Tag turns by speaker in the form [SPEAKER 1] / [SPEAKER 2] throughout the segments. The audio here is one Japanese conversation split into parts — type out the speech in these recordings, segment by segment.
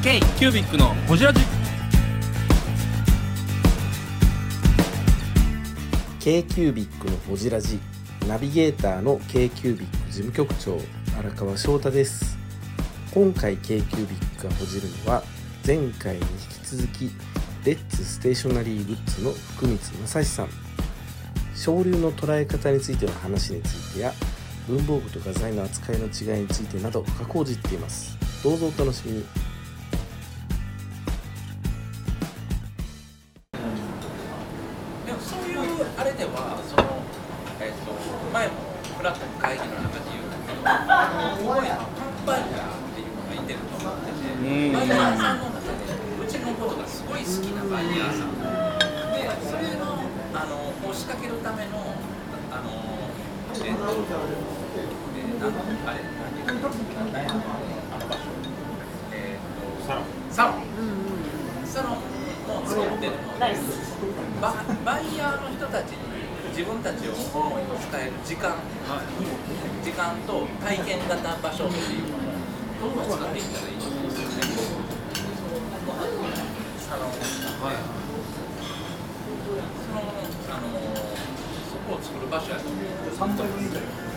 [SPEAKER 1] K キュービックのホジラジ
[SPEAKER 2] k キュービックのホジラジナビゲーターの k キュービック事務局長荒川翔太です。今回 k キュービックがほじるのは前回に引き続きレッツステーショナリーグッズの福光正史さん、省流の捉え方についての話についてや文房具と画材の扱いの違いについてなど深く報じっています。どうぞお楽しみに。
[SPEAKER 3] でもそういうあれでは前もフラットの会議の中で言うけど、すごいカンパイヤーっていうのがいてると思ってて、バイヤーさんの中でうちのことがすごい好きなバイヤーさんで、それの押しかけるためのサロンの作ってるので、バイヤーの人たちに自分たちを思いを伝える時間と体験型場所っていうのをどんどん使っていったらいいと思うんですよね。サロンそこを作る場所やと思う。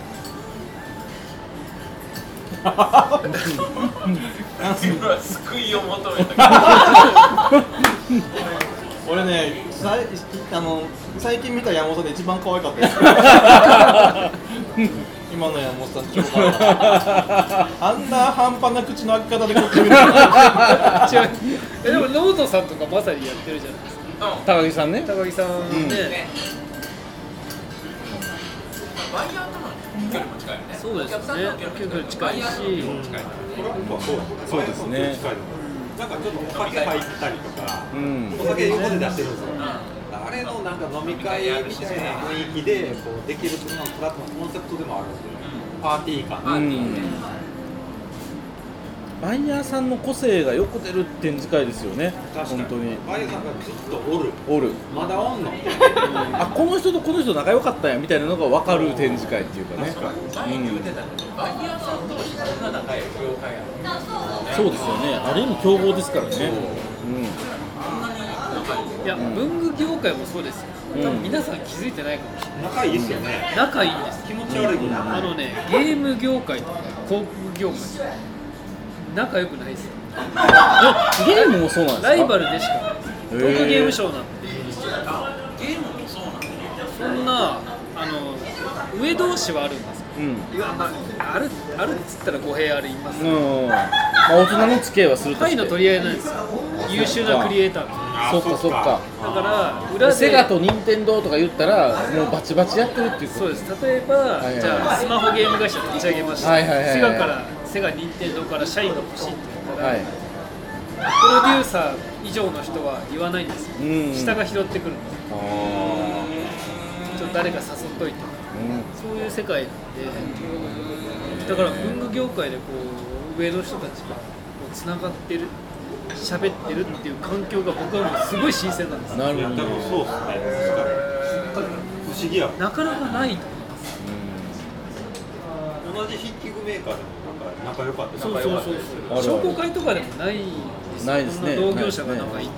[SPEAKER 3] 救いを求めた
[SPEAKER 4] 俺ね、最近見た山本で一番可愛かったです今の山本さん超可愛かったあんな半端な口の開き方でこっち見る
[SPEAKER 5] でもノートさんとかまさにやってるじゃないですか、
[SPEAKER 1] 高木さんね。
[SPEAKER 5] 高木さんね、
[SPEAKER 3] バイヤーとの距離も近いよね。
[SPEAKER 5] そうですね、
[SPEAKER 3] お客さんとの距離も近いし、
[SPEAKER 1] そうですね。
[SPEAKER 6] なんかちょっとお酒入ったりとか、お酒横で出してるんですよ。あれのなんか飲み会みたいな雰囲気でこうできるのがフラットのコンセプトでもあるんですよ。パーティー感。
[SPEAKER 1] バイヤーさんの個性がよく出る展示会ですよね。本当に。
[SPEAKER 6] バイヤーさんがずっとおる。まだおんの。
[SPEAKER 1] あ、この人とこの人仲良かったんやみたいなのが分かる展示会っていうかね。
[SPEAKER 3] 前言うてたけど、バイヤーさん同士そんな仲良い業界やろ。
[SPEAKER 1] そうですよね。ある意味競合ですからね。
[SPEAKER 5] いや、文具業界もそうですよ。多分皆さん気づいてないかもしれない。
[SPEAKER 6] 仲いいですよね。
[SPEAKER 5] 仲いいんです。
[SPEAKER 6] 気持ち悪いけど。
[SPEAKER 5] ゲーム業界とか広告業界仲良くないですよ。
[SPEAKER 1] ゲームもそうなんですか。
[SPEAKER 5] ライバルでしかない。東京ゲームショウなんて
[SPEAKER 3] ゲームもそうなんだ。
[SPEAKER 5] そんな上同士はあるんですけど、いやあるっつったら語弊ありますけど、
[SPEAKER 1] 大人の付き合いはするとして。
[SPEAKER 5] パイの取り合いなんですよ。優秀なクリエイターと。
[SPEAKER 1] そっか。
[SPEAKER 5] だから裏で
[SPEAKER 1] セガと任天堂とか言ったらもうバチバチやってるっていうこと。
[SPEAKER 5] そうです。例えば、じゃあスマホゲーム会社立ち上げました。セガ任天堂から社員が欲しいって言ったら、プロデューサー以上の人は言わないんですよ。下が拾ってくるんですよ。ちょっと誰か誘っといて、そういう世界なんで、だから文具業界でこう上の人たちがつながってる、喋ってるっていう環境が僕はもうすごい新鮮なんです。
[SPEAKER 1] なるほど。
[SPEAKER 6] そうですね。不思議や。
[SPEAKER 5] なかなかないと思います。
[SPEAKER 6] 同じ筆記具メーカーでも仲良かったり。
[SPEAKER 5] そう。商工会とかでもないです。
[SPEAKER 1] ないですね。
[SPEAKER 5] 同業者が仲いいって。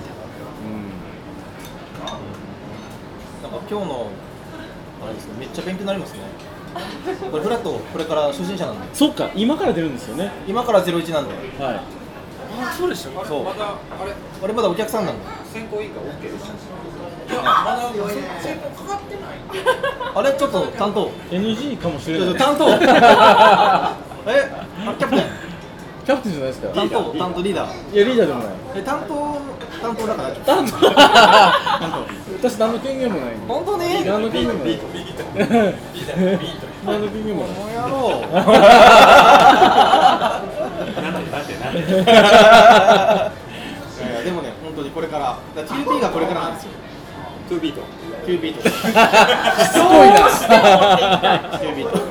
[SPEAKER 4] なんか今日のあれですね、めっちゃ勉強になりますね。これフラットこれから初心者なんで。
[SPEAKER 1] そっか、今から出るんですよね。
[SPEAKER 4] 今から01なんで。
[SPEAKER 1] はい。
[SPEAKER 5] あ、そうでした。
[SPEAKER 4] そう。
[SPEAKER 6] まだ
[SPEAKER 4] 俺まだお客さんなんで。
[SPEAKER 6] 選考委員会 OK です。
[SPEAKER 3] いや、まだ選考かかってない。
[SPEAKER 4] あれちょっと担当
[SPEAKER 1] NG かもしれない。
[SPEAKER 4] 担当キャプテン
[SPEAKER 1] キャプテンじゃないですか。
[SPEAKER 4] 担当リーダー。
[SPEAKER 1] いや、リーダーでもない。
[SPEAKER 4] 担当だから
[SPEAKER 1] 担当私何の権限もない。
[SPEAKER 4] 本当に？
[SPEAKER 1] 何の権限もない。何の権限もない。
[SPEAKER 4] この野郎でもね、本当にこれから 2B がこれからなんですよ。
[SPEAKER 6] 2ビート
[SPEAKER 1] しつこいな。
[SPEAKER 4] 2ビート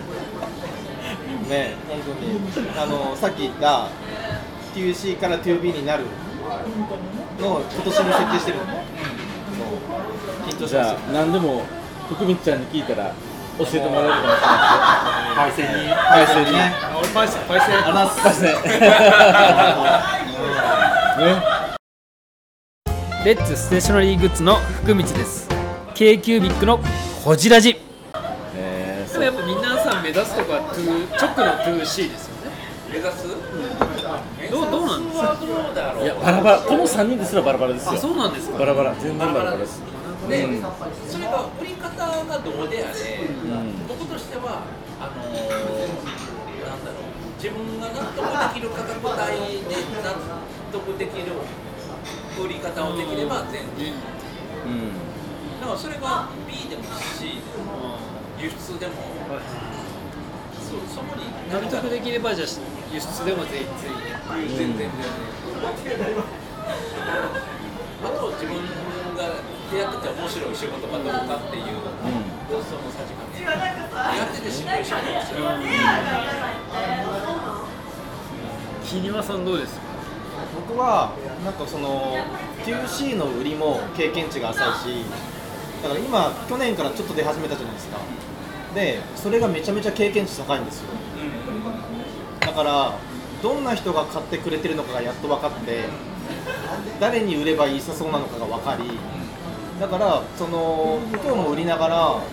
[SPEAKER 4] ね、本当にさっき言った 2C から 2B になるのを今年に設定してるの。
[SPEAKER 1] じゃあ何でも福光ちゃんに聞いたら教えてもらえるかもしれないですよ。
[SPEAKER 6] パイセンに
[SPEAKER 1] パイセンに。
[SPEAKER 5] 俺パイセン
[SPEAKER 1] あらすパイセン。
[SPEAKER 5] レッツステーショナリーグッズの福光です。 k キュービックのこじらじ。でもやっぱ皆さん目指すとこは直の 2C ですよね。
[SPEAKER 3] 目指す？
[SPEAKER 5] どうなんですか？
[SPEAKER 1] いやバラバラ、この3人ですらバラバラですよ。
[SPEAKER 5] あ、そうなんですか。
[SPEAKER 1] バラバラ、全然バラバラです。
[SPEAKER 3] で、それが売り方がどうであれ、僕としてはなんだろう、自分が納得できる価格帯で納得できる売り方をできれば全然。だからそれが B でも C でも輸出でも、そこに
[SPEAKER 5] 納得できればじゃあ輸出でも全然。
[SPEAKER 3] あと自分がやってて面白い仕事かどうかっていう、そのさじ加減。やっててしんどい仕事ですよ。
[SPEAKER 5] 木庭さんどうですか？
[SPEAKER 4] 僕はなんかその QC の売りも経験値が浅いし、だから今去年からちょっと出始めたじゃないですか。でそれがめちゃめちゃ経験値高いんですよ。だからどんな人が買ってくれてるのかがやっと分かって、誰に売ればいいさそうなのかが分かり、だからその今日も売りながら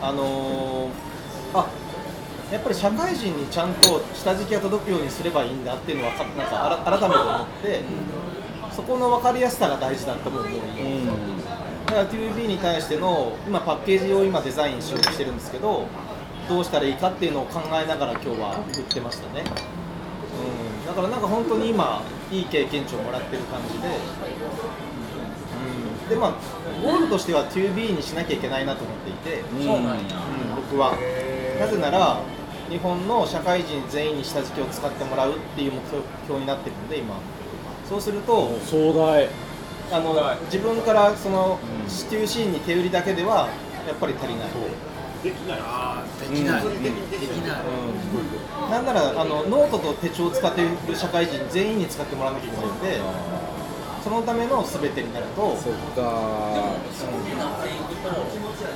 [SPEAKER 4] やっぱり社会人にちゃんと下敷きが届くようにすればいいんだっていうのはなんか改めて思って、そこの分かりやすさが大事だと思う。だから 2B に対しての今パッケージを今デザインしようとしてるんですけど、どうしたらいいかっていうのを考えながら今日は売ってましたね。だからなんか本当に今いい経験値をもらってる感じで、でまあゴールとしては 2B にしなきゃいけないなと思っていて、僕はなぜなら日本の社会人全員に下敷きを使ってもらうっていう目標になってるので今。そうすると
[SPEAKER 1] 壮大、
[SPEAKER 4] 自分からその 2C に手売りだけではやっぱり足りない。
[SPEAKER 6] できない。
[SPEAKER 4] なんならノートと手帳を使っている社会人全員に使ってもらわなきゃいけないので、そのための全てになると。
[SPEAKER 1] そっか。
[SPEAKER 3] でもそうなっていくと、大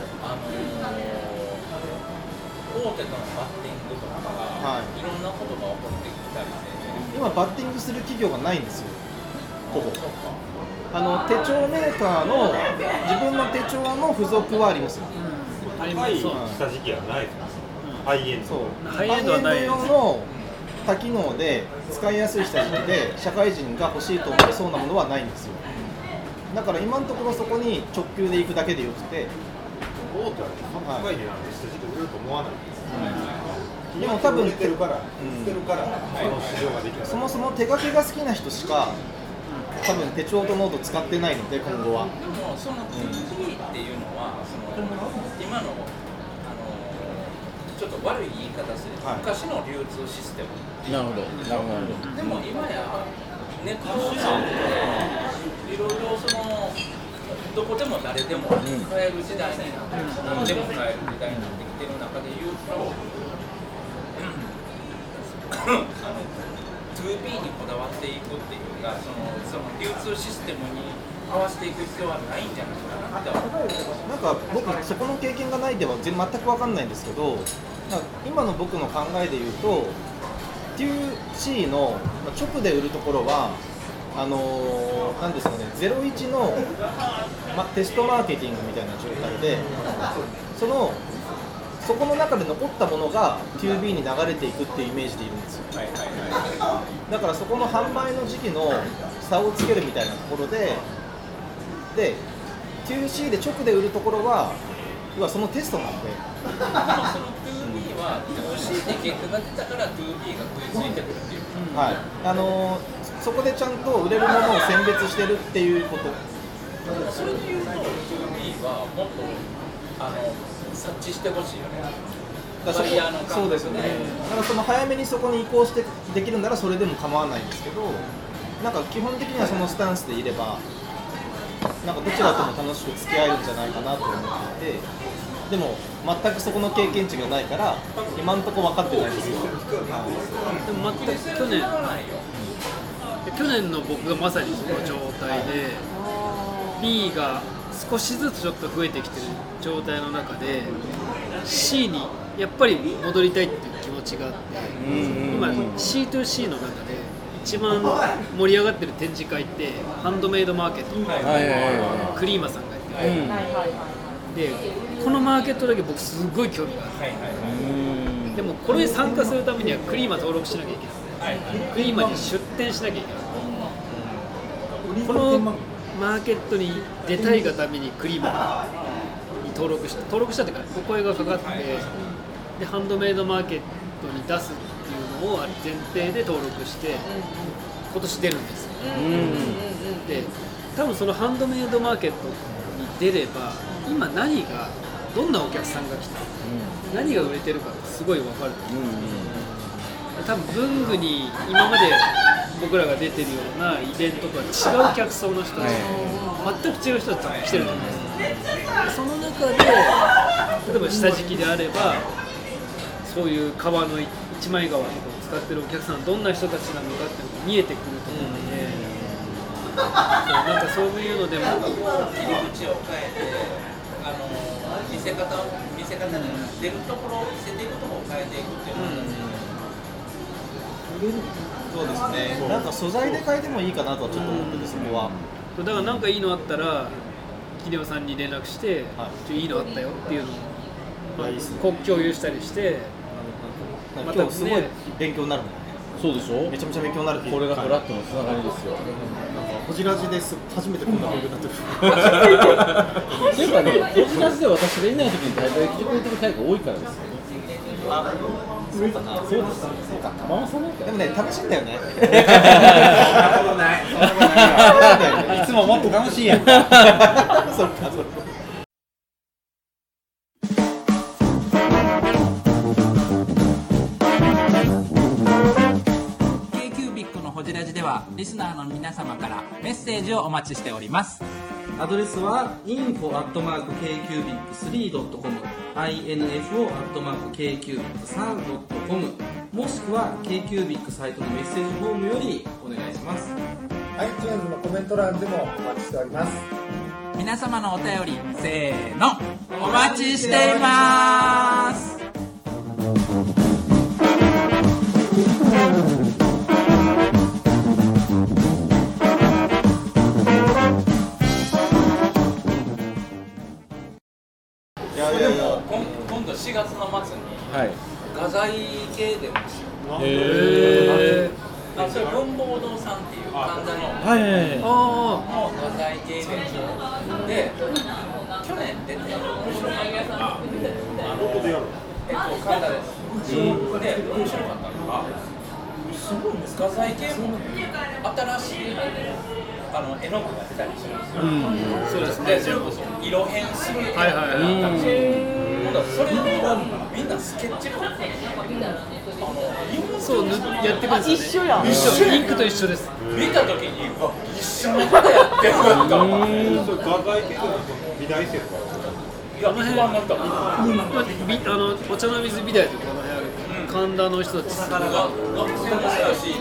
[SPEAKER 3] 手とのバッティングとか、いろんなことが起こってきたりで、
[SPEAKER 4] 今バッティングする企業がないんですよ。ほぼ。手帳メーカーの自分の手帳の付属はありますよ。
[SPEAKER 5] あります。
[SPEAKER 6] 下敷きはないです。ハイエンド。
[SPEAKER 5] ハイエンドはないです。
[SPEAKER 4] 用の多機能で使いやすい下敷きで社会人が欲しいと思いそうなものはないんですよ。だから今のところそこに直球で行くだけでよくて。
[SPEAKER 6] 大手は高い値段で下敷き売れると思わないんです。
[SPEAKER 4] でも多分
[SPEAKER 6] 売れてるから、その市場ができる。
[SPEAKER 4] そもそも手書きが好きな人しか多分手帳とノート使ってないので今後は。
[SPEAKER 3] でもその 2B っていうのは今のちょっと悪い言い方すると、昔の流通システム。
[SPEAKER 1] なるほど。
[SPEAKER 3] でも今やネットシステムでいろいろどこでも誰でも買える時代になって、何でも買える時代になってきてる中で言うと、2B にこだわっていくっていうか、その流通システムに合わせていく必要はないんじゃないかなって思う。
[SPEAKER 4] なんか僕そこの経験がないでは全く分かんないんですけど、今の僕の考えで言うと 2C の直で売るところはなんですかね、01の、テストマーケティングみたいな状態で、そこの中で残ったものが 2B に流れていくっていうイメージでいるんですよ。だからそこの販売の時期の差をつけるみたいなところで 2C で直で売るところは要はそのテストなので、
[SPEAKER 3] その 2B は 2C で結果が出たから 2B が食いついてくるっていう、
[SPEAKER 4] そこでちゃんと売れるものを選別してるっていうこと。
[SPEAKER 3] それでいうと 2B はもっと察知してほしいよね。
[SPEAKER 4] そうですね。だからその早めにそこに移行してできるならそれでも構わないんですけど、なんか基本的にはそのスタンスでいればなんかどちらとも楽しく付き合えるんじゃないかなと思っていて、でも全くそこの経験値がないから今のところ分かってないですよ。
[SPEAKER 5] でも全く去年の僕がまさにその状態で B が少しずつちょっと増えてきてる状態の中で C にやっぱり戻りたいっていう気持ちがあって、今 C2C の中で一番盛り上がってる展示会ってハンドメイドマーケット、クリーマさんがやってる、でこのマーケットだけ僕すごい興味がある、でもこれに参加するためにはクリーマ登録しなきゃいけない、クリーマに出店しなきゃいけない、このマーケットに出たいがためにクリーマに登録したというかお声がかかって、でハンドメイドマーケットに出すっていうのを前提で登録して今年出るんですよ、で多分そのハンドメイドマーケットに出れば今どんなお客さんが来て、何が売れてるかすごい分かると思うんですよ、多分文具に今まで僕らが出てるようなイベントとは違う客層の人たち、全く違う人たちが来てると思うんです。その中で例えば下敷きであればそういう革の一枚革とかを使ってるお客さんどんな人たちなのかっていうのが見えてくると思うので、なんかそういうのでも
[SPEAKER 3] 切り口を変えて見せ方で出るところを見せていくところを変えていくっていうのが、
[SPEAKER 4] そうですね、なんか素材で変えてもいいかなとはちょっと思ってて、そこは。
[SPEAKER 5] だからなんかいいのあったら木根さんに連絡して、いいのあったよっていうのを共有したりして、
[SPEAKER 4] またすごい勉強になるもんね。
[SPEAKER 1] そうでしょ。
[SPEAKER 4] めちゃめちゃ勉強になる。
[SPEAKER 1] これがフラットのつながりですよ。
[SPEAKER 4] ホジラジです初めてこんな勉強になってる。
[SPEAKER 1] っていうかね、ホジラジで私がいない時に大体来てくれてる回が多いからですよね。
[SPEAKER 4] そうかな。そうです。そうか。
[SPEAKER 1] 玉尾さんなんか。
[SPEAKER 4] でもね、楽しいんだよね。
[SPEAKER 6] そんなことない。いつももっと楽しいやん。
[SPEAKER 4] そうか、そうか。
[SPEAKER 3] K-Cubic のホジラジではリスナーの皆様からメッセージをお待ちしております。
[SPEAKER 2] アドレスは info@kcubic3.com info@kcubic3.com もしくは K-Cubic サイトのメッセージフォームよりお願いします。
[SPEAKER 7] iTunes のコメント欄でもお待ちしております。
[SPEAKER 3] 皆様のお便りせーのお待ちしています。今度4月の末に画材系でもそれ文房堂さんっていう神田の画材系イベントで去年出て面白かった神田です。で面白かったのが画材系も新しい絵の具が出たりするんですよ。そうですね。それこそ色変する絵があったりして、それをみんなスケッチブックに
[SPEAKER 5] そうやってますね。一緒や。インクと一緒です。
[SPEAKER 3] 見たときに一緒のことやってるんだ。
[SPEAKER 6] 画材系の美大生とか。
[SPEAKER 3] いや、不安になった。
[SPEAKER 5] お茶の水美大とかのある神田の人たちが
[SPEAKER 3] 学生もそうだし。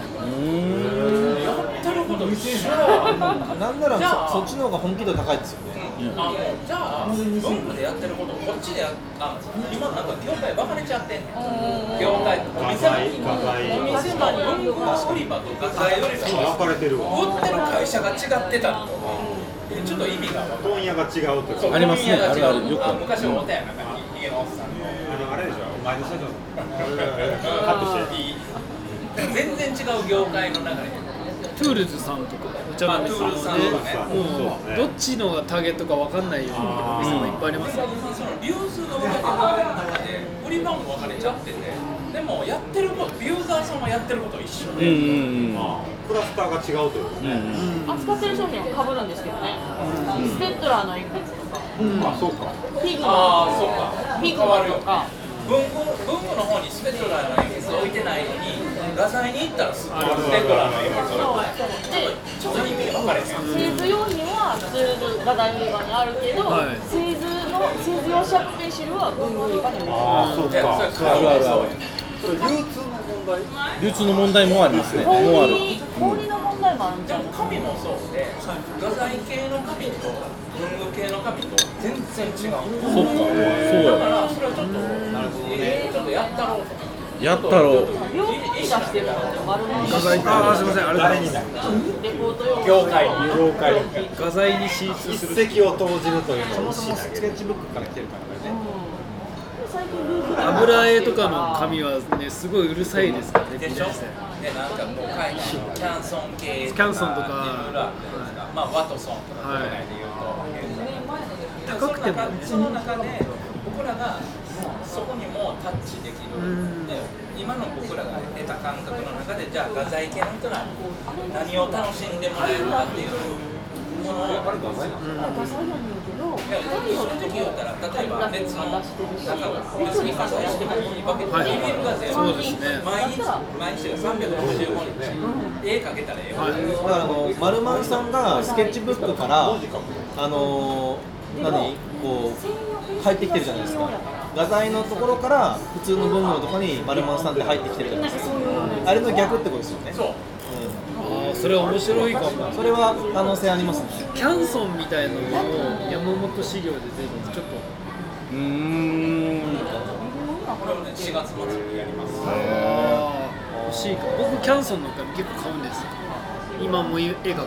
[SPEAKER 4] なんならそっちの方が本気度高いですよね。
[SPEAKER 3] じゃあ文具でやってることをこっちで今なんか業界分かれちゃってんねん。業界お店も文具売り場と画材売り場が
[SPEAKER 6] 分かれてるわ。
[SPEAKER 3] 売ってる会社が違ってたのとちょっと意味が分かる。
[SPEAKER 6] 問屋が違うとか
[SPEAKER 1] ありますね。あるあるよくある。
[SPEAKER 3] 昔思ったやんなんかヒゲのおっさんの
[SPEAKER 6] あれでしょ。お前の社長カットしていい。
[SPEAKER 3] 全然違う業界の中で
[SPEAKER 5] トゥールズさんとかお茶の水さんとかね、もうどっちのがターゲットか分かんないようなお店もいっぱいありますよ。
[SPEAKER 3] その流通が分かってる中で売り場も分かれちゃってて、でもやってることユーザーさんはやってること一緒で、
[SPEAKER 6] クラスターが違うというね。
[SPEAKER 8] 扱ってる商品は被るんですけどね。ステッドラーの鉛筆とか、
[SPEAKER 6] そうか。
[SPEAKER 8] フィグ
[SPEAKER 3] そうか
[SPEAKER 8] フィグ
[SPEAKER 3] 変わるよ
[SPEAKER 8] とか。
[SPEAKER 3] 文具の方にスペットラーの鉛筆置いてないのに画材に行ったらスペットラーの鉛筆置いてる。ちょっと意味が分かれへん。
[SPEAKER 8] 製図用品は普通の画材売り場にあるけど、製図用シャープペンシルは文具売り場に置いてる。
[SPEAKER 6] そうか。
[SPEAKER 1] あるあるある。流通の問題もありますね。もうある。
[SPEAKER 8] 氷の問題もあるんじゃないですか。
[SPEAKER 3] 紙もそうで画材系の紙と文具系の紙と全然違う。
[SPEAKER 1] そうか。そうや。
[SPEAKER 3] だからそれはちょっとちょっとやったろうとか。
[SPEAKER 1] やったろう。
[SPEAKER 8] 両方出してるので丸々
[SPEAKER 5] 画材、ああすみません、あれだ。
[SPEAKER 8] レポート用
[SPEAKER 6] 業界
[SPEAKER 5] 画材に進出する。
[SPEAKER 6] 一石を投じるというのを
[SPEAKER 4] そもそもスケッチブックから来てるからね。
[SPEAKER 8] 最近ループ
[SPEAKER 5] 油絵とかの紙はね、すごいうるさいですからね。
[SPEAKER 3] でしょ。でなんかもう海外のキャンソン系
[SPEAKER 5] キャンソンとか
[SPEAKER 3] いろいろあるじゃないですか。まあワトソンとか国内で言うと、
[SPEAKER 5] 高くてもね
[SPEAKER 3] その中で僕らがそこにもタッチできる。で今の僕らが得た感覚の中でじゃあ画材系の人ら何を楽しんでもらえるかっていうものを。
[SPEAKER 8] 画材なんだけど、
[SPEAKER 3] いやその時言ったら例えば熱の中が熱に火災してもいいわけで、イメールが全部
[SPEAKER 5] そうですね。
[SPEAKER 3] 毎日が365日絵描けたらええわけです。
[SPEAKER 4] だからマルマンさんがスケッチブックからこう入ってきてるじゃないですか。画材のところから普通の文具のところにマルマンさんって入ってきてるじゃないですか。あれの逆ってことですよね。
[SPEAKER 3] そう。
[SPEAKER 5] ああ、それは面白いかも。
[SPEAKER 4] それは可能性ありますね。
[SPEAKER 5] キャンソンみたいなのを山本資料で全部ちょっと。
[SPEAKER 3] これをね4月末にやります。
[SPEAKER 5] ああ、欲しいか。僕キャンソンの紙結構買うんですよ。今も絵描くの。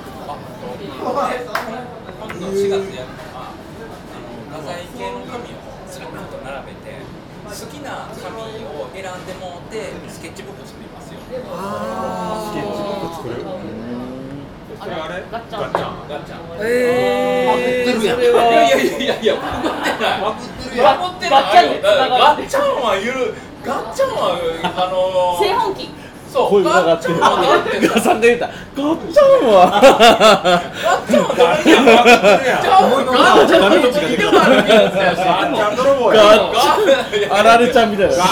[SPEAKER 3] 今度4月やるのは画材系の紙をずらっと並べて好きな紙を選んでもってスケッチブック作りますよ。
[SPEAKER 6] スケッチブック作る。それあれ？
[SPEAKER 8] ガッチャン。
[SPEAKER 3] ガッチャン。
[SPEAKER 5] それは。
[SPEAKER 3] いやパクってない。パクってないよ。ガッチャンはガッチャンは
[SPEAKER 8] 製本機。
[SPEAKER 3] そう。
[SPEAKER 1] 声が上がってる。ガさんが言った。ガッチャンは。
[SPEAKER 3] ガッチャンはダメや。ガッチャンはダメや。
[SPEAKER 1] あられちゃんみたいな。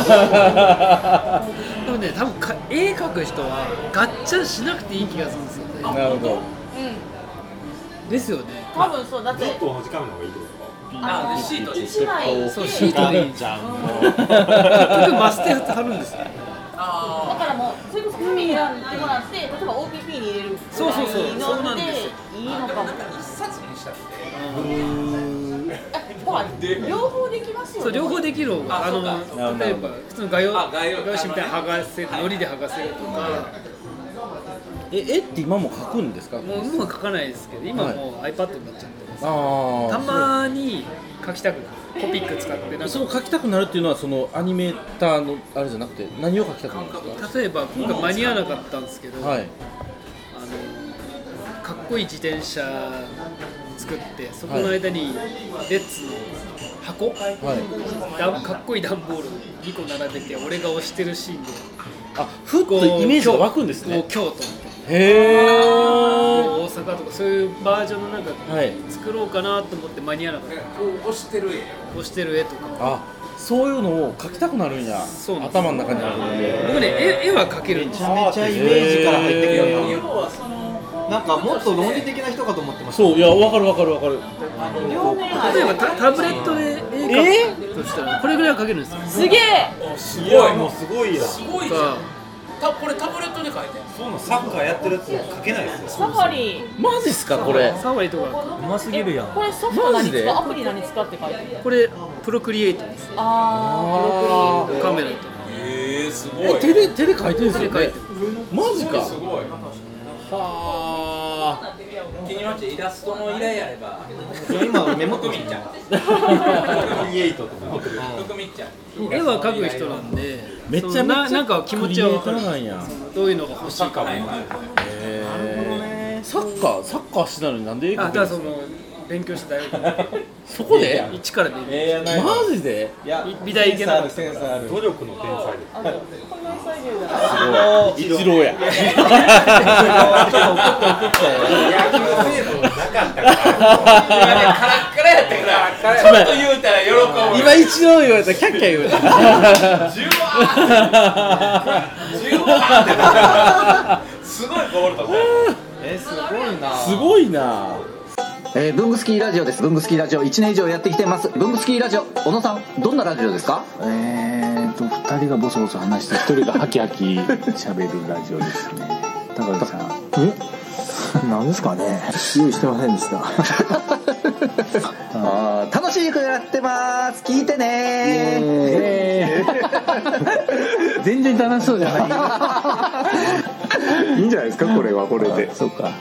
[SPEAKER 5] でもね、多分絵描く人はガッチャンしなくていい気がするんですよね。
[SPEAKER 1] なるほど。
[SPEAKER 5] ですよね。
[SPEAKER 8] 多分そうだって
[SPEAKER 6] ずっと同じ紙の方がいいってこと
[SPEAKER 3] シートで
[SPEAKER 8] 1枚
[SPEAKER 5] そう、シートでいいじゃん。結局マステ貼るんですよ。
[SPEAKER 8] だからもうそれこそ紙選んでもらって、例えば OPP に入れる
[SPEAKER 5] そうそうなんですよ。
[SPEAKER 8] いいのかも。
[SPEAKER 3] 一冊にしたって。
[SPEAKER 8] ほら両方できますよ。
[SPEAKER 5] そう、両方できる。例えば普通の画用紙みたいな剥がせる、糊で剥がせるとか。
[SPEAKER 1] 絵って今も描くんですか？
[SPEAKER 5] もう描かないですけど、今もう iPad になっちゃってます。
[SPEAKER 1] あ
[SPEAKER 5] たまに描きたくなる。コピック使ってなんか
[SPEAKER 1] そう描きたくなるっていうのはそのアニメーターのあれじゃなくて何を描きたくなるんですか？
[SPEAKER 5] 例えば今回間に合わなかったんですけど、
[SPEAKER 1] はい。
[SPEAKER 5] かっこいい自転車作ってそこの間にレッツの箱、かっこいい段ボール2個並べて俺が押してるシーンで
[SPEAKER 1] ふっとイメージが湧くんですね。
[SPEAKER 5] 京都みたいな大阪とかそういうバージョンのなんか作ろうかなと思って間に合わなかった。
[SPEAKER 3] 押してる絵
[SPEAKER 5] とか。
[SPEAKER 1] そういうのを描きたくなるんや。頭の中にあるんで。
[SPEAKER 5] 僕ね、絵は描けるんですよ。
[SPEAKER 4] めちゃめちゃイメージから入ってくるよな。なんかもっと論理的な人かと思ってました。
[SPEAKER 1] そう、いや、わかる。
[SPEAKER 5] 例えばタブレットで絵描くとしたらこれぐらいは描けるんですよ。
[SPEAKER 8] すげえ。
[SPEAKER 6] すごい、もうすごいや。
[SPEAKER 3] すごいじゃん。これタブレットで描いて。
[SPEAKER 6] そうなサッカーやってるやつ描けないですよ。
[SPEAKER 8] サファリ。
[SPEAKER 1] マジっすかこれ？
[SPEAKER 5] サファリとか
[SPEAKER 4] うますぎるやん。
[SPEAKER 8] これソフト何使う？アプリ何使って描いてる？
[SPEAKER 5] これプロクリエイトです。
[SPEAKER 8] プロクリエイト。
[SPEAKER 5] カメラと。
[SPEAKER 3] すごい。
[SPEAKER 1] 手で描いてるんですよね。マジか。
[SPEAKER 3] すごい。はあ。気になってイラストの依頼あれば。
[SPEAKER 4] 今メモってみっちゃう。クリエイトとか。
[SPEAKER 5] 絵は描く人なんで、
[SPEAKER 1] めちゃめちゃ
[SPEAKER 5] なんか気持ちは分かる。
[SPEAKER 1] なんや。
[SPEAKER 5] どういうのが欲しいか。
[SPEAKER 1] サッカーしてたのになんで絵描くんですか？
[SPEAKER 5] 勉強した大学
[SPEAKER 1] そこで
[SPEAKER 5] 一からでマ
[SPEAKER 1] ジで？
[SPEAKER 5] 美大行けなかった。
[SPEAKER 4] センスある。
[SPEAKER 6] 努力の天才です。
[SPEAKER 1] イチローや。
[SPEAKER 6] 野球成分なかったから。
[SPEAKER 3] カラッカラやったから。ちょっと言うたら喜ぶ。
[SPEAKER 1] 今イチロー言われたらキャッキャ言うた。
[SPEAKER 3] すごいボールとか。
[SPEAKER 1] すごいな。
[SPEAKER 9] ブングスキーラジオです。ブングスキーラジオ1年以上やってきてます。ブングスキーラジオ、小野さん、どんなラジオですか
[SPEAKER 10] 2人がボソボソ話して1人がハキハキ喋るラジオですね。高木さん、何ですかね、用意してませんでした。
[SPEAKER 9] 楽しくやってます。聞いてね。
[SPEAKER 10] 全然楽しそうじゃない。いいんじゃないですか、これはこれで。そうか。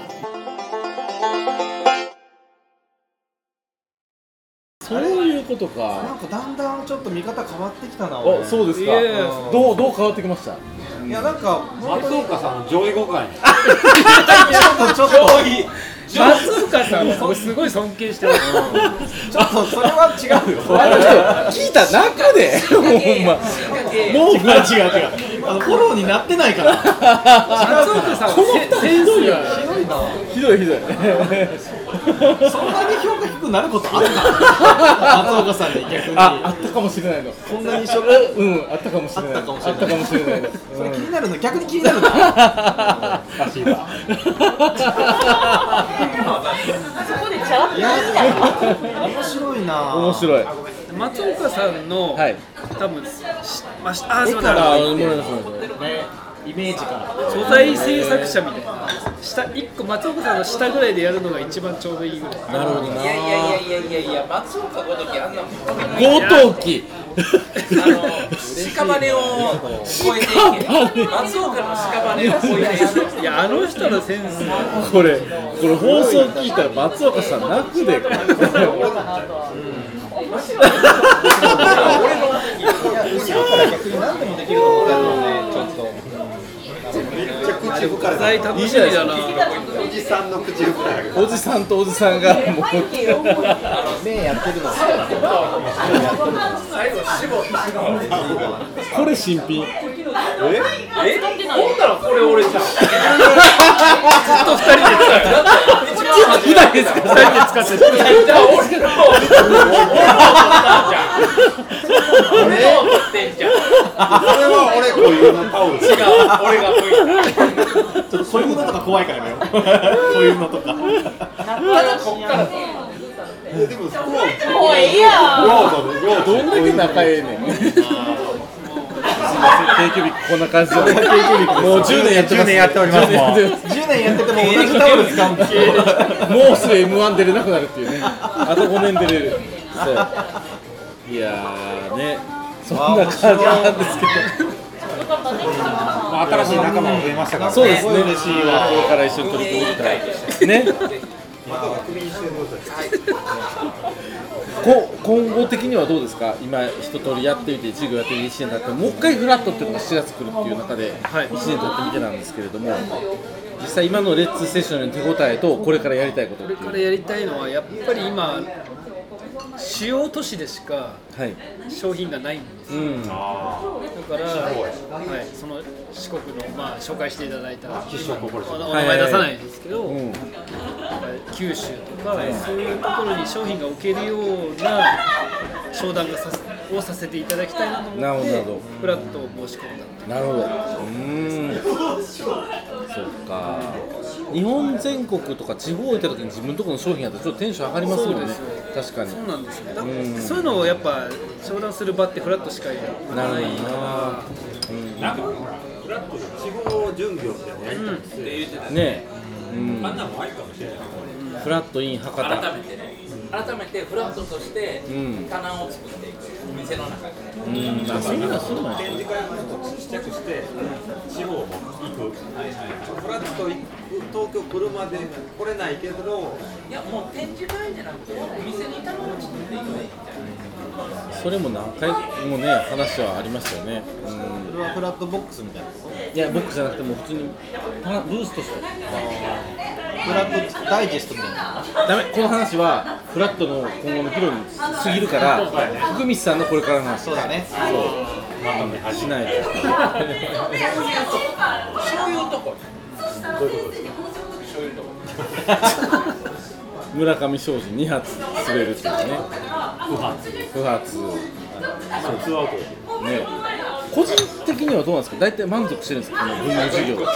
[SPEAKER 1] そういうことか。
[SPEAKER 4] なんかだんだんちょっと見方変わってきたな。
[SPEAKER 1] お、そうですか。どう変わってきました？
[SPEAKER 4] いやなんか
[SPEAKER 6] 松岡さんの上位互換に。
[SPEAKER 4] ちょっと
[SPEAKER 5] 松岡さんをすごい尊敬してる。
[SPEAKER 4] ちょっとそれは違うよ。
[SPEAKER 1] 聞いた中でほんまもう違う
[SPEAKER 4] フォローになってないから。
[SPEAKER 5] 松岡さんこのセンスが
[SPEAKER 1] ひどい
[SPEAKER 4] そんなに評価低くなることあった？松岡さんに逆に
[SPEAKER 1] あったかもしれないの。
[SPEAKER 4] こんなに評価
[SPEAKER 1] あったかもしれない。
[SPEAKER 4] あったかもしれない。それ気になるの、逆に気になるな。
[SPEAKER 6] おかしいわ。
[SPEAKER 8] そこでチャラって言いたい。
[SPEAKER 4] 面白いな。
[SPEAKER 1] 面白い。
[SPEAKER 5] 松岡さんの多分
[SPEAKER 1] 絵から
[SPEAKER 4] イメージから
[SPEAKER 5] 素材制作者みたいな下1個松岡さんの下ぐらいでやるのが一番ちょうどいいぐらい。
[SPEAKER 1] なるほどな。
[SPEAKER 3] いや松岡ごときあんな
[SPEAKER 1] ごとき
[SPEAKER 3] 屍を超えていけ。松岡の屍を超えていけ。
[SPEAKER 5] いや、あの人のセンス
[SPEAKER 1] これ放送聞いたら松岡さん泣くで。
[SPEAKER 4] 後ろから逆に何でもできると思ったのね、ちょっと
[SPEAKER 6] めっちゃ口深い。
[SPEAKER 5] 大楽しみだな。
[SPEAKER 6] おじさんの口深い。
[SPEAKER 1] おじさんとおじさんがもう
[SPEAKER 4] 目やってるの。
[SPEAKER 1] これ新品。
[SPEAKER 3] ほんならこれ俺じゃん。ずっ
[SPEAKER 5] と2人で使って
[SPEAKER 1] 2人で使って
[SPEAKER 3] じゃあ俺の俺を取ってんじゃん。
[SPEAKER 6] それは俺固有のタオル。
[SPEAKER 3] 違う、俺が
[SPEAKER 4] ちょっとそういうのとか怖いからね。そういうのとか。
[SPEAKER 6] でもそこは
[SPEAKER 8] もういいや。
[SPEAKER 1] どんだけ仲ええねん。定休日こんな感じで。もう10年やってます。
[SPEAKER 6] 10年やっております。
[SPEAKER 4] 10年やってても同じタオル使うんです
[SPEAKER 1] もうすぐ M1 出れなくなるっていうね。あと5年出れる。そういやーね、そんな感じなんですけど。
[SPEAKER 6] 新しい仲間も増えましたからね。
[SPEAKER 1] そうですね。
[SPEAKER 4] 嬉しいわ。
[SPEAKER 1] これから一緒に取り組みたいね。今後的にはどうですか。今一通りやってみて授業やってみて1年経ってもう一回フラットっていうのが4月来るっていう中で1年経ってみてなんですけれども、実際今のレッツセッションの手応えとこれからやりたいことっていう。
[SPEAKER 5] これからやりたいのはやっぱり今主要都市でしか商品がないんですよ、だから、その四国の、紹介していただいたお名前出さないですけど、九州とか、そういうところに商品が置けるような商談をさせていただきたいなと思ってフラットを申し込んだ。
[SPEAKER 1] なるほど。そっか。日本全国とか地方行った時に自分のところの商品やったらちょっとテンション上がりますよね。確かに。
[SPEAKER 5] そうなんですね。そういうのをやっぱ商談する場ってフラットしかないから。
[SPEAKER 6] なんかフラットで地方巡業ってやりたいって言ってたね。あんなのもありかもしれない。
[SPEAKER 1] フラットイン博多。
[SPEAKER 3] 改めてフラットとして棚を作っていく、店の中で。
[SPEAKER 1] そういうのはするの
[SPEAKER 6] 展示会もちっちゃくして地方も行く。フラット東京車で来れないけど、
[SPEAKER 3] いやもう展示会じゃなくて店に棚を作っていく。
[SPEAKER 1] それも何回もね話はありましたよね。
[SPEAKER 4] それはフラットボックスみたいなこと？
[SPEAKER 1] いやボックスじゃなくても普通にブースとして。
[SPEAKER 4] フラットダイジェストみたいな。
[SPEAKER 1] ダメ、この話はフラットの今後の議論に過ぎるから福光さんのこれからの話。
[SPEAKER 4] そうだね。
[SPEAKER 1] そうしないと。
[SPEAKER 3] そういうとこ。
[SPEAKER 6] どういうことですか？
[SPEAKER 3] そういうとこ。
[SPEAKER 1] 村上庄司2発滑るっていうね。不発。
[SPEAKER 6] ツーアウト
[SPEAKER 1] ね。個人的にはどうなんですか。大体満足してるんですか、この文具授業。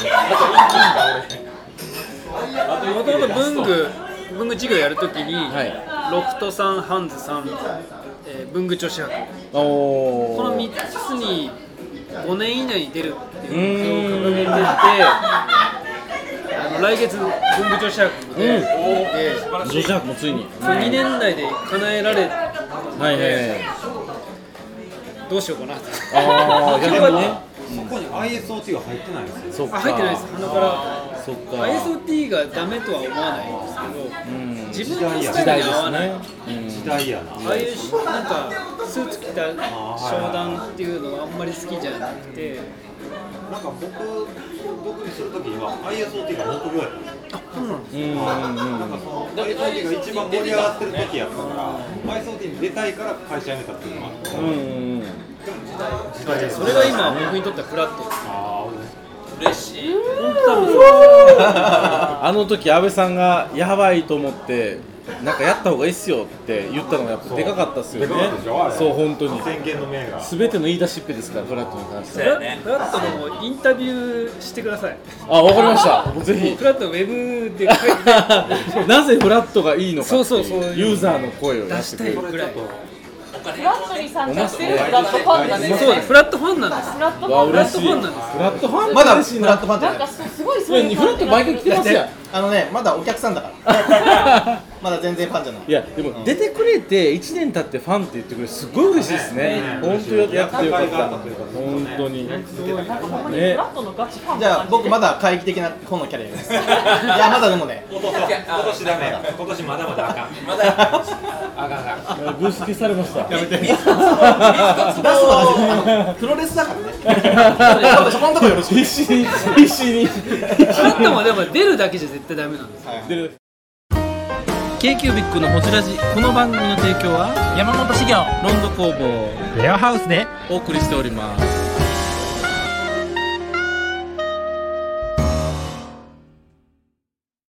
[SPEAKER 5] もともと文具授業やるときに、ロフトさん、ハンズさん、文具女子博、この3つに5年以内に出るっていう目標を掲げてて、 来月文部女子博で、
[SPEAKER 1] 女子博もついに
[SPEAKER 5] 2年内で叶えられたので、
[SPEAKER 1] はいはいはい、
[SPEAKER 5] どうしようかなと。
[SPEAKER 1] ああ逆にね、
[SPEAKER 6] そこに ISOT が入ってないんですよ。
[SPEAKER 1] そっか
[SPEAKER 5] 入ってないです。鼻から
[SPEAKER 1] そっか
[SPEAKER 5] ISOT がダメとは思わないんですけど、自分のス
[SPEAKER 1] 時代
[SPEAKER 5] タイルに合わない。
[SPEAKER 1] ですね、
[SPEAKER 6] 時代やな。
[SPEAKER 5] ああいうなんかスーツ着た商談っていうのはあんまり好きじゃなくて、
[SPEAKER 6] なんか僕独立するときには ISOT が目標やったんですよ。なんかその ISOT が一番盛り上がってる時やったから、ISOT に出たいから会社辞めたっていうのがあって、時代
[SPEAKER 5] それが今僕にとってはフラットです。
[SPEAKER 3] 嬉しい。
[SPEAKER 1] あの時安倍さんがやばいと思ってなんかやった方がいいっすよって言ったのがやっぱでかかったっすよね。そう本当に
[SPEAKER 6] 宣言の銘が
[SPEAKER 1] 全ての言い出しっぺですからフラットに関しては。
[SPEAKER 5] フラットのインタビューしてください。
[SPEAKER 1] あ、わかりました。もうぜひ
[SPEAKER 5] フラットウェブで書いて
[SPEAKER 1] なぜフラットがいいのかっていう
[SPEAKER 5] そう
[SPEAKER 1] ユーザーの声を
[SPEAKER 5] 出したいぐらい。
[SPEAKER 8] フラットに参加してるフラットファンなんですね。
[SPEAKER 5] そうです。フラットファンなんです。
[SPEAKER 8] フラットファン。
[SPEAKER 1] 嬉しい。
[SPEAKER 5] フラットファンなんです。
[SPEAKER 1] フラットファン
[SPEAKER 4] まだフラットファンじゃ
[SPEAKER 8] なんか
[SPEAKER 4] ない。
[SPEAKER 8] すごいそういう
[SPEAKER 1] フラット毎回来てますやん。
[SPEAKER 4] まだお客さんだからまだ全然ファンじゃない。
[SPEAKER 1] いやでも出てくれて1年経ってファンって言ってくれてすごい嬉しいですね。本当やってよかった。本当に。
[SPEAKER 8] なんかほんまにフラットのガチファン。
[SPEAKER 4] じゃあ僕まだ怪奇的な本のキャラやります。いやまだでもね。
[SPEAKER 6] 今年ダメ。今年まだまだあかん。
[SPEAKER 3] まだ
[SPEAKER 6] あかん。
[SPEAKER 1] ブース消されました。
[SPEAKER 4] やめて。出すはプロレスだからね。そこのとこよろしく。
[SPEAKER 1] 必死に。
[SPEAKER 5] フラットもでも出るだけじゃ絶対ダメなんです。
[SPEAKER 1] K-Cubic のホジラジ、この番組の提供は山本資源ロンド工房
[SPEAKER 5] レアハウスで
[SPEAKER 1] お送りしております。